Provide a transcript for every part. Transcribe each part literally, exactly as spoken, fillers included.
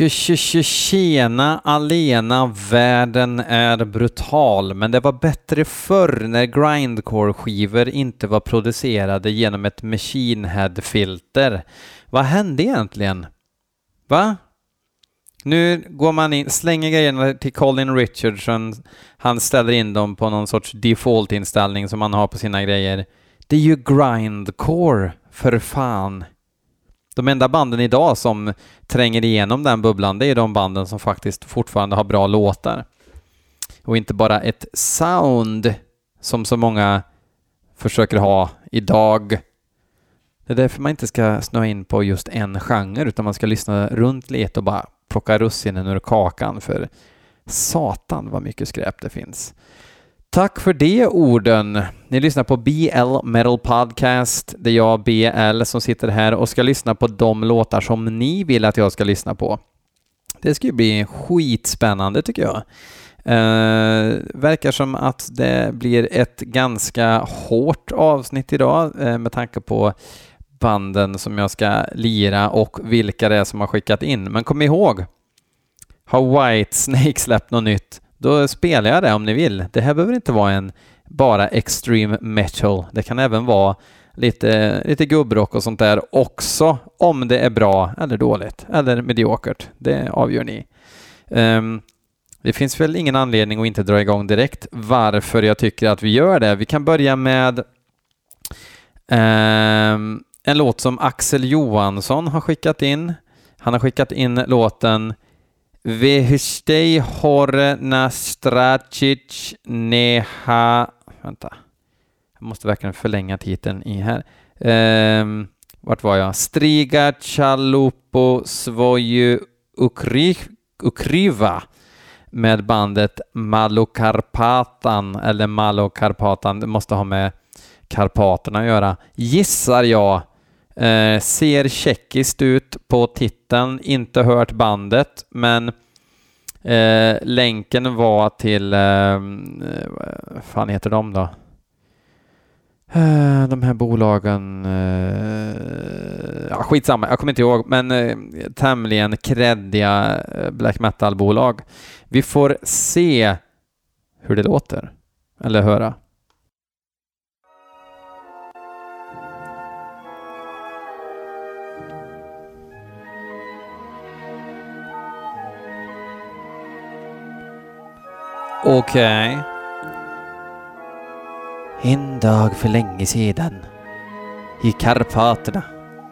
Tjena alena, världen är brutal, men det var bättre förr när grindcore-skivor inte var producerade genom ett machine head-filter. Vad hände egentligen? Va? Nu går man in, slänger grejerna till Colin Richardson, han ställer in dem på någon sorts default-inställning som man har på sina grejer. Det är ju grindcore, för fan. De enda banden idag som tränger igenom den bubblan, det är de banden som faktiskt fortfarande har bra låtar. Och inte bara ett sound som så många försöker ha idag. Det är därför man inte ska snöa in på just en genre, utan man ska lyssna runt lite och bara plocka russinen ur kakan, för satan vad mycket skräp det finns. Tack för det orden. Ni lyssnar på B L Metal Podcast. Det är jag, B L, som sitter här och ska lyssna på de låtar som ni vill att jag ska lyssna på. Det ska ju bli skitspännande tycker jag. Uh, verkar som att det blir ett ganska hårt avsnitt idag uh, med tanke på banden som jag ska lira och vilka det är som har skickat in. Men kom ihåg, har Whitesnake släppt något nytt, då spelar jag det om ni vill. Det här behöver inte vara en bara extreme metal. Det kan även vara lite, lite gubbrock och sånt där också, om det är bra eller dåligt eller mediokert. Det avgör ni. Um, det finns väl ingen anledning att inte dra igång direkt varför jag tycker att vi gör det. Vi kan börja med um, en låt som Axel Johansson har skickat in. Han har skickat in låten Vehstej hor nastracic neha... Vänta. Jag måste verkligen förlänga titeln i här. Ehm, vart var jag? Striga chalupo svoju ukri, ukriva med bandet Malokarpatan eller Malokarpatan. Det måste ha med Karpaterna att göra. Gissar jag. Eh, ser tjeckiskt ut på titeln, inte hört bandet, men eh, länken var till eh, vad fan heter de då? Eh, de här bolagen eh, ja, skitsamma, jag kommer inte ihåg, men eh, tämligen kreddiga eh, black metal-bolag. Vi får se hur det låter, eller höra. Okej. Okay. En dag för länge sedan i Karpaterna.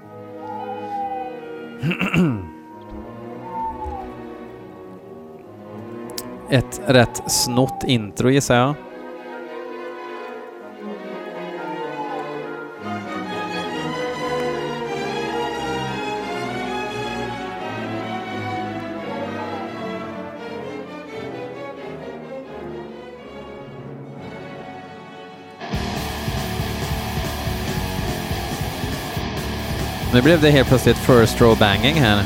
Ett rätt snott intro gissar jag. Nu blev det helt plötsligt first row banging här.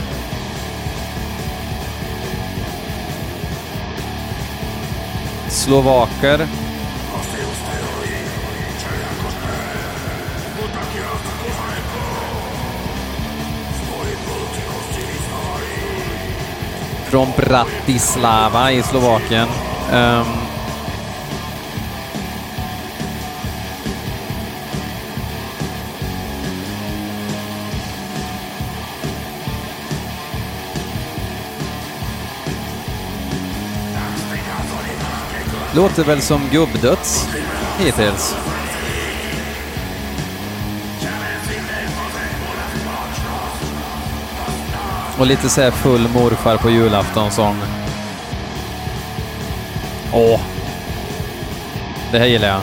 Slovaker. Från Bratislava i Slovakien. Um, Låter väl som gubbdöds hittills. Och lite så här full morfar på julafton sång. Åh. Det här gillar jag.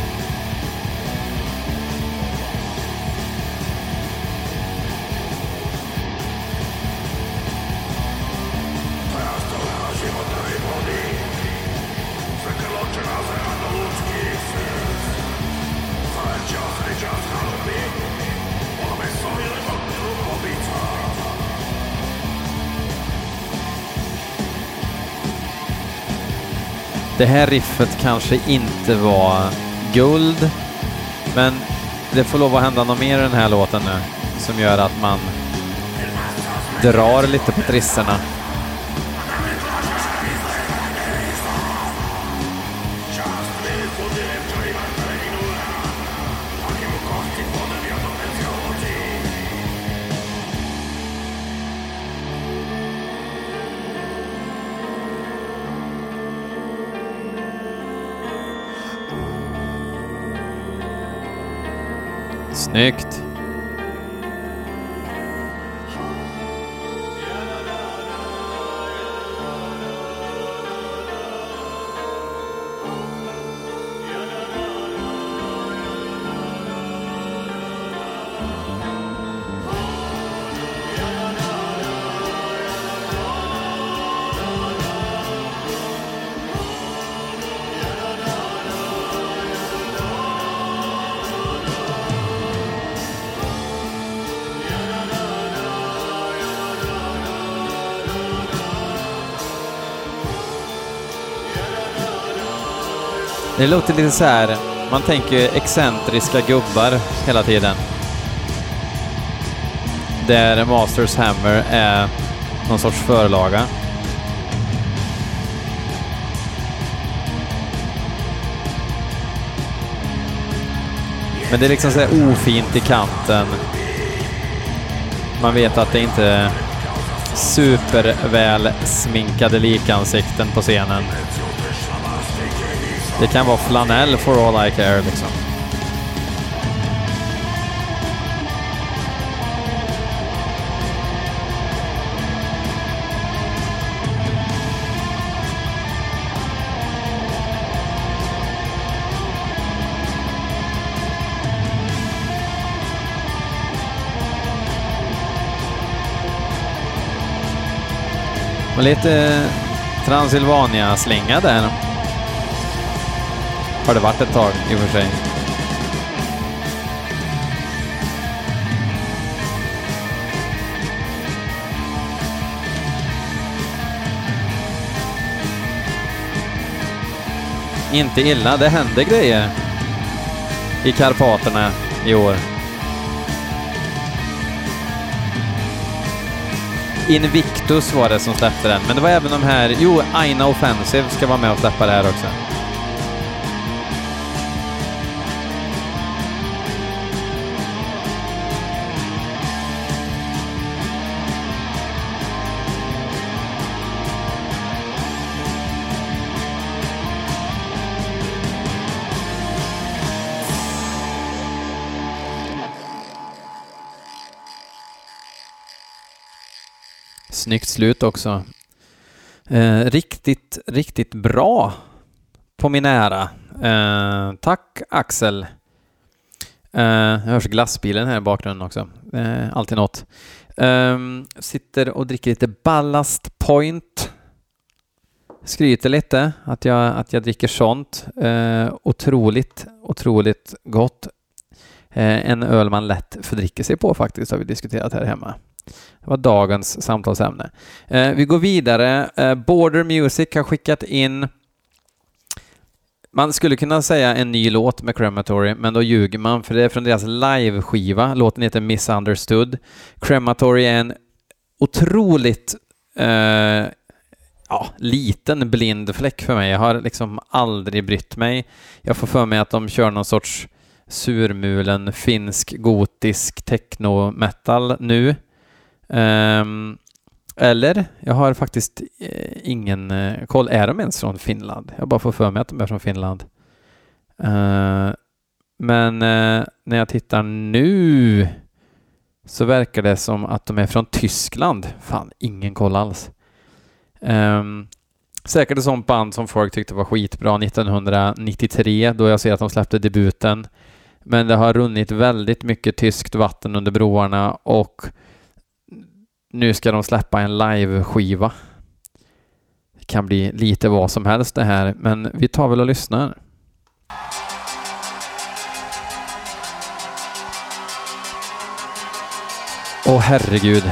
Det här riffet kanske inte var guld, men det får lov att hända något mer i den här låten nu som gör att man drar lite på trisserna. Snyggt. Det låter lite så här, man tänker ju excentriska gubbar hela tiden. Där Masters Hammer är någon sorts förlaga. Men det är liksom så här ofint i kanten. Man vet att det inte är superväl sminkade likansikten på scenen. Det kan vara flanell for all I care liksom. Och lite Transylvania-slinga där. Har det varit ett tag i och för sig. Inte illa, det händer grejer i Karpaterna i år. Invictus var det som släppte den, men det var även de här, jo, Aina Offensive ska vara med och släppa det här också. Snyggt slut också. Eh, riktigt, riktigt bra på min ära. Eh, tack Axel. Eh, jag hörs glassbilen här i bakgrunden också. Eh, alltid något. Eh, sitter och dricker lite Ballast Point. Skryter lite att jag, att jag dricker sånt. Eh, otroligt, otroligt gott. Eh, en öl man lätt fördricker sig på faktiskt, har vi diskuterat här hemma. Det var dagens samtalsämne. Eh, vi går vidare. Eh, Border Music har skickat in, man skulle kunna säga en ny låt med Crematory, men då ljuger man, för det är från deras live-skiva. Låten heter Misunderstood. Crematory är en otroligt eh, ja, liten blind fläck för mig. Jag har liksom aldrig brytt mig. Jag får för mig att de kör någon sorts surmulen finsk gotisk techno-metal nu. Um, eller, jag har faktiskt eh, ingen eh, koll. Är de ens från Finland? Jag bara får för mig att de är från Finland. Uh, men eh, när jag tittar nu så verkar det som att de är från Tyskland. Fan, ingen koll alls. Um, säkert ett sånt band som folk tyckte var skitbra nittonhundranittiotre, då jag ser att de släppte debuten. Men det har runnit väldigt mycket tyskt vatten under broarna och nu ska de släppa en live-skiva. Det kan bli lite vad som helst det här, men vi tar väl och lyssnar. Åh herregud.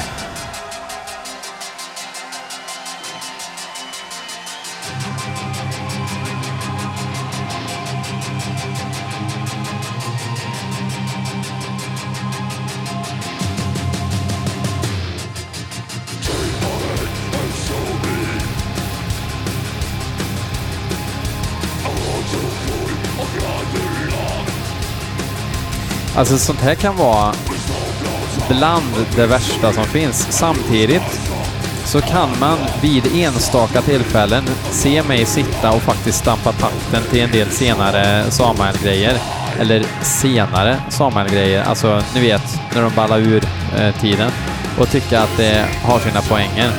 Alltså sånt här kan vara bland det värsta som finns. Samtidigt så kan man vid enstaka tillfällen se mig sitta och faktiskt stampa takten till en del senare Samael-grejer. eller senare Samuel-grejer, alltså ni vet när de ballar ur eh, tiden, och tycka att det har sina poänger.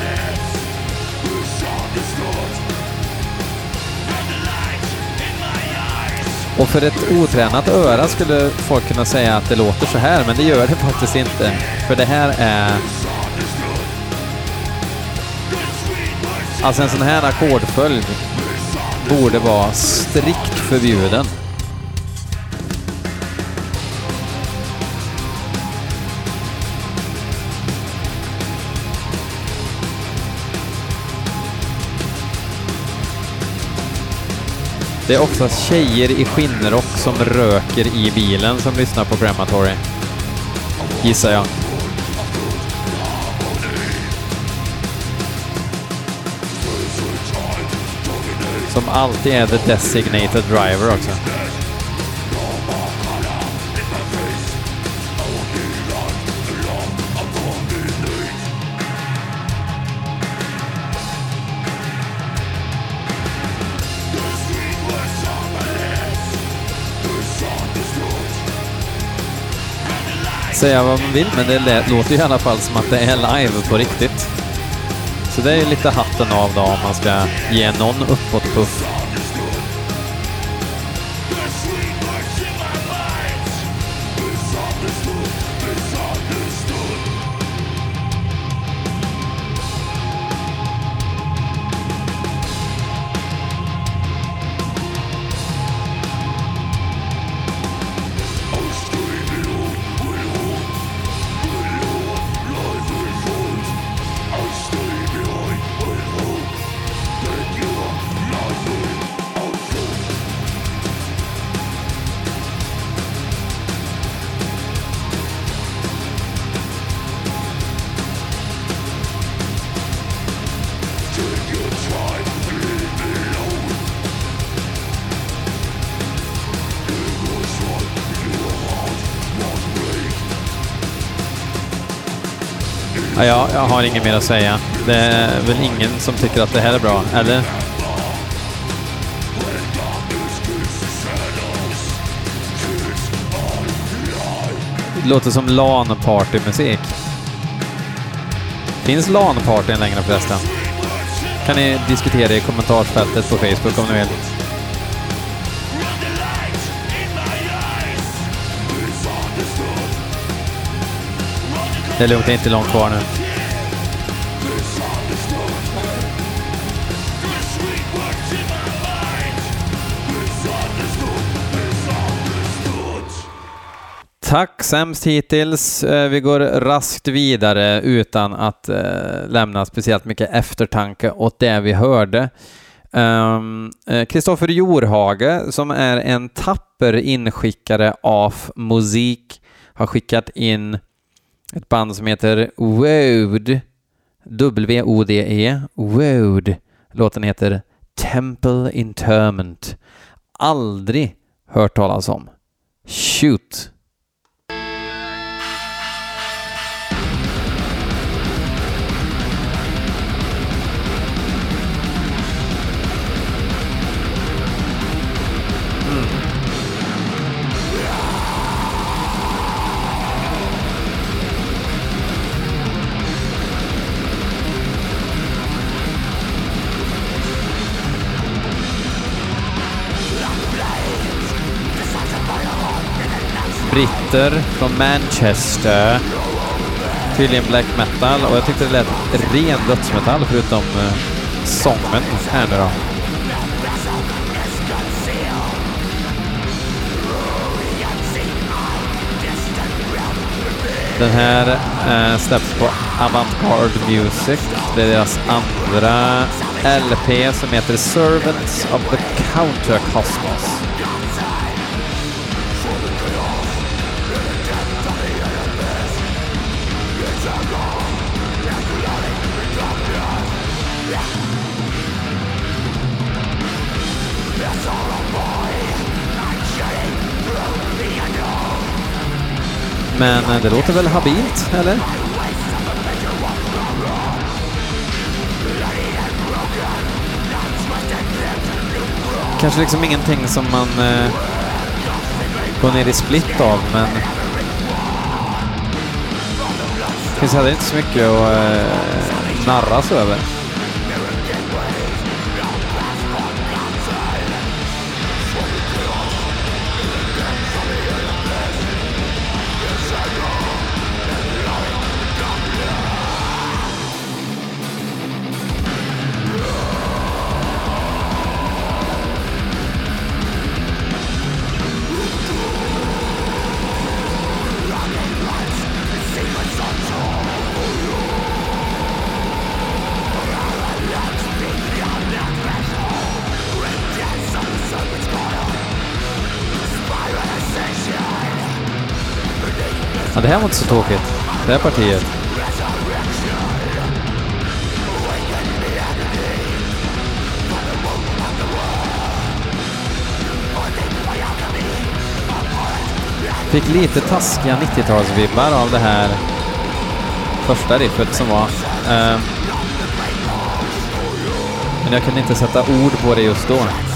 Och för ett otränat öra skulle folk kunna säga att det låter så här, men det gör det faktiskt inte. För det här är... Alltså en sån här ackordföljd borde vara strikt förbjuden. Det är oftast tjejer i skinnrock som röker i bilen som lyssnar på Crematory. Gissar jag. Som alltid är the designated driver också. Säga vad man vill, men det låter i alla fall som att det är live på riktigt. Så det är ju lite hatten av då om man ska ge någon uppåtpuff. Ja, jag, jag har inget mer att säga. Det är väl ingen som tycker att det här är bra, eller? Det låter som LAN-party-musik. Finns LAN-partyn längre förresten? Kan ni diskutera i kommentarsfältet på Facebook om ni vill. Det är lugnt, det är inte långt kvar nu. Tack sämst hittills. Vi går raskt vidare utan att eh, lämna speciellt mycket eftertanke åt det vi hörde. Kristoffer um, Jorhage, som är en tapper inskickare av musik, har skickat in ett band som heter Woad, W O D E, Woad. Låten heter Temple Interment. Aldrig hört talas om. Shoot! Britter från Manchester, tydligen black metal, och jag tyckte det lät ren dödsmetall förutom uh, sången här nu då. Den här uh, släpps på Avantgarde Music. Det är deras andra L P som heter Servants of the Counter Cosmos. Men det låter väl habilt, eller? Kanske liksom ingenting som man eh, gå ner i split av, men det finns heller inte så mycket att eh, narras över. Ja, det här var inte så tråkigt. Det här partiet. Fick lite taskiga nittiotalsvibbar av det här första riffet som var. Uh, men jag kunde inte sätta ord på det just då.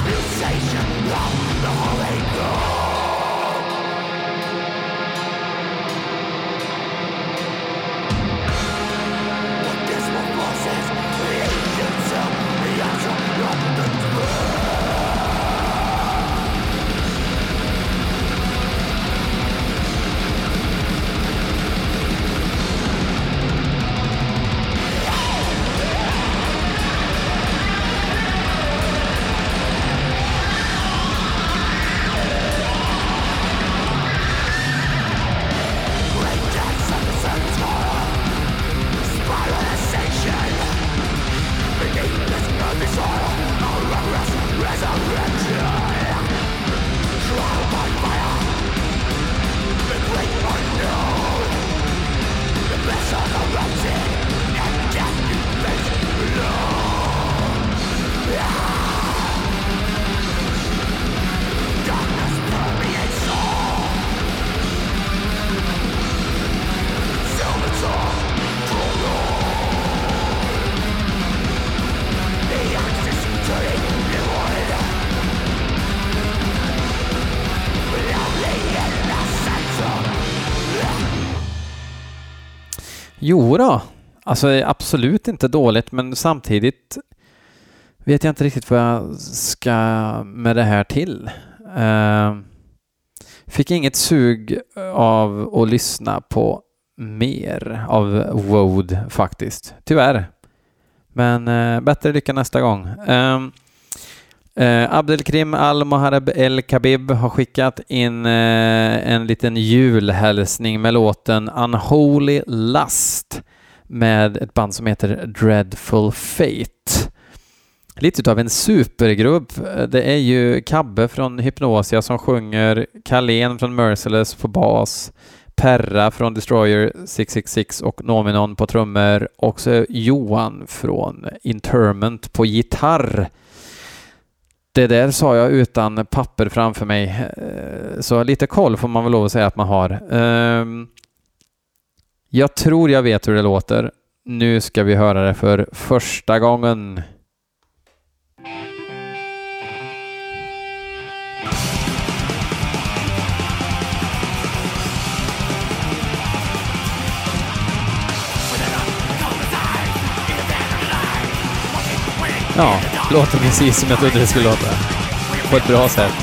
Jo då, alltså absolut inte dåligt, men samtidigt vet jag inte riktigt vad jag ska med det här till. Uh, fick inget sug av att lyssna på mer av Woad faktiskt, tyvärr. Men uh, bättre lycka nästa gång. Uh, Uh, Abdelkrim Al-Mohareb El-Khabib har skickat in uh, en liten julhälsning med låten Unholy Lust med ett band som heter Dreadful Fate. Lite utav en supergrupp. Det är ju Kabbe från Hypnosia som sjunger, Kalén från Merciless på bas, Perra från Destroyer sex sex sex och Nominon på trummor, och så Johan från Interment på gitarr. Det där sa jag utan papper framför mig, så lite koll får man väl lov att säga att man har. Jag tror jag vet hur det låter. Nu ska vi höra det för första gången. Ja, låter precis som jag trodde det skulle låta. På ett bra sätt.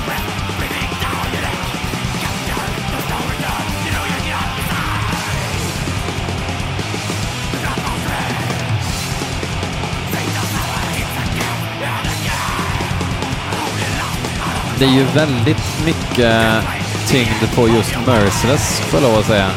Det är ju väldigt mycket tyngd på just Merciless, får jag lov att säga.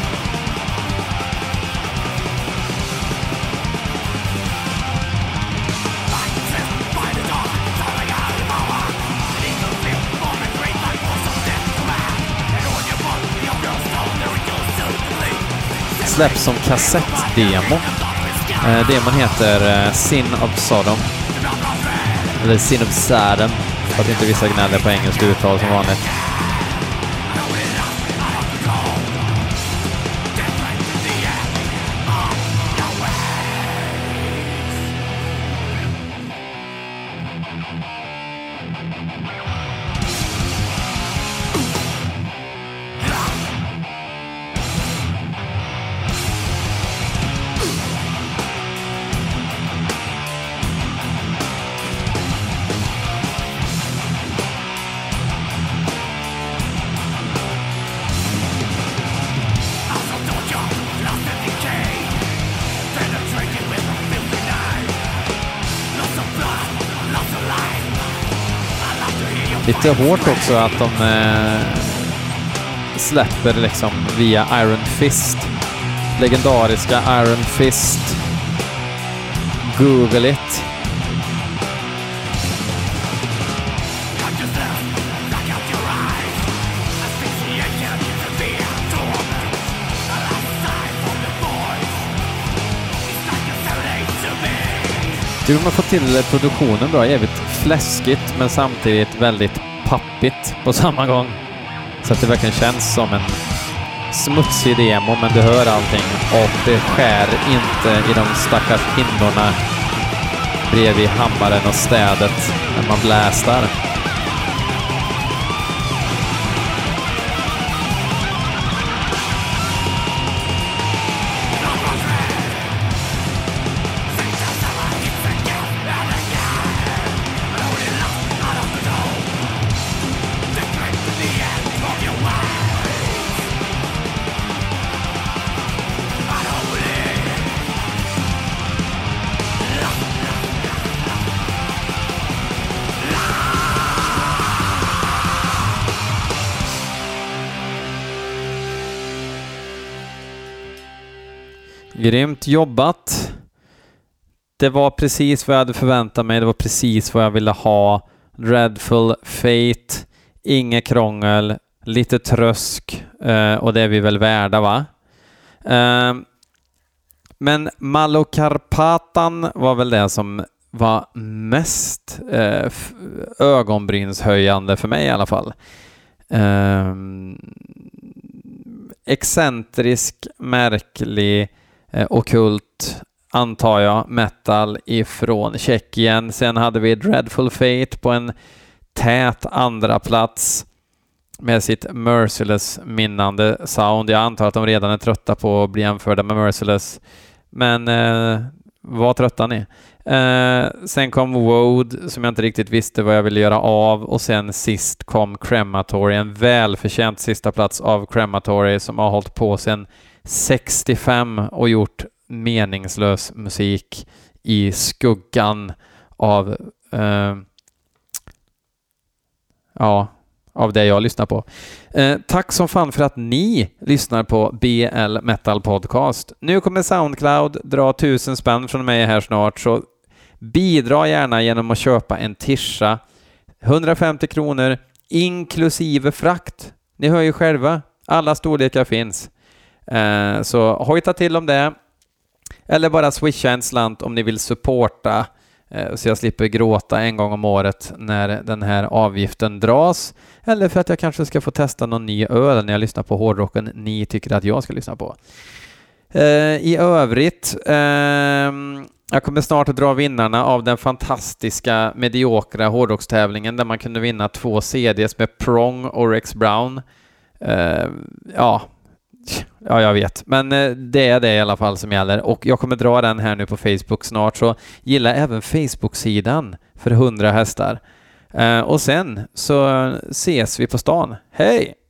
Släpps som kassettdemo. Eh, demon heter eh, Sin of Sodom. Eller Sin of Sodom. För att inte vissa gnäller på engelska uttal som vanligt. Lite hårt också att de eh, släpper liksom via Iron Fist. Legendariska Iron Fist. Google it. Du har fått till produktionen bra, jävligt fläskigt men samtidigt väldigt pappigt på samma gång. Så att det verkligen känns som en smutsig demo, men du hör allting och det skär inte i de stackars hinnorna bredvid hammaren och städet när man blästar. Grymt jobbat. Det var precis vad jag hade förväntat mig. Det var precis vad jag ville ha. Dreadful Fate. Inget krångel. Lite trösk. Eh, och det är vi väl värda, va? Eh, men Malokarpatan var väl det som var mest eh, ögonbrynshöjande för mig i alla fall. Eh, excentrisk, märklig, Eh, okult, antar jag, metal ifrån Tjeckien. Sen hade vi Dreadful Fate på en tät andra plats med sitt Merciless minnande sound. Jag antar att de redan är trötta på att bli jämförda med Merciless. Men eh, vad trötta ni? Eh, sen kom Woad som jag inte riktigt visste vad jag ville göra av. Och sen sist kom Crematory, en välförtjänt sista plats av Crematory som har hållit på sen sextiofem och gjort meningslös musik i skuggan av eh, ja, av det jag lyssnar på. Eh, tack som fan för att ni lyssnar på B L Metal Podcast. Nu kommer Soundcloud dra tusen spänn från mig här snart, så bidra gärna genom att köpa en tisha. hundrafemtio kronor inklusive frakt. Ni hör ju själva, alla storlekar finns. Eh, så hojta till om det. Eller bara swisha en slant om ni vill supporta eh, så jag slipper gråta en gång om året när den här avgiften dras. Eller för att jag kanske ska få testa någon ny öl när jag lyssnar på hårdrocken ni tycker att jag ska lyssna på. Eh, I övrigt eh, jag kommer snart att dra vinnarna av den fantastiska mediokra hårdrockstävlingen där man kunde vinna två C Ds med Prong och Rex Brown. Eh, ja Ja, jag vet. Men det är det i alla fall som gäller. Och jag kommer dra den här nu på Facebook snart. Så gilla även Facebook-sidan för hundra hästar. Och sen så ses vi på stan. Hej!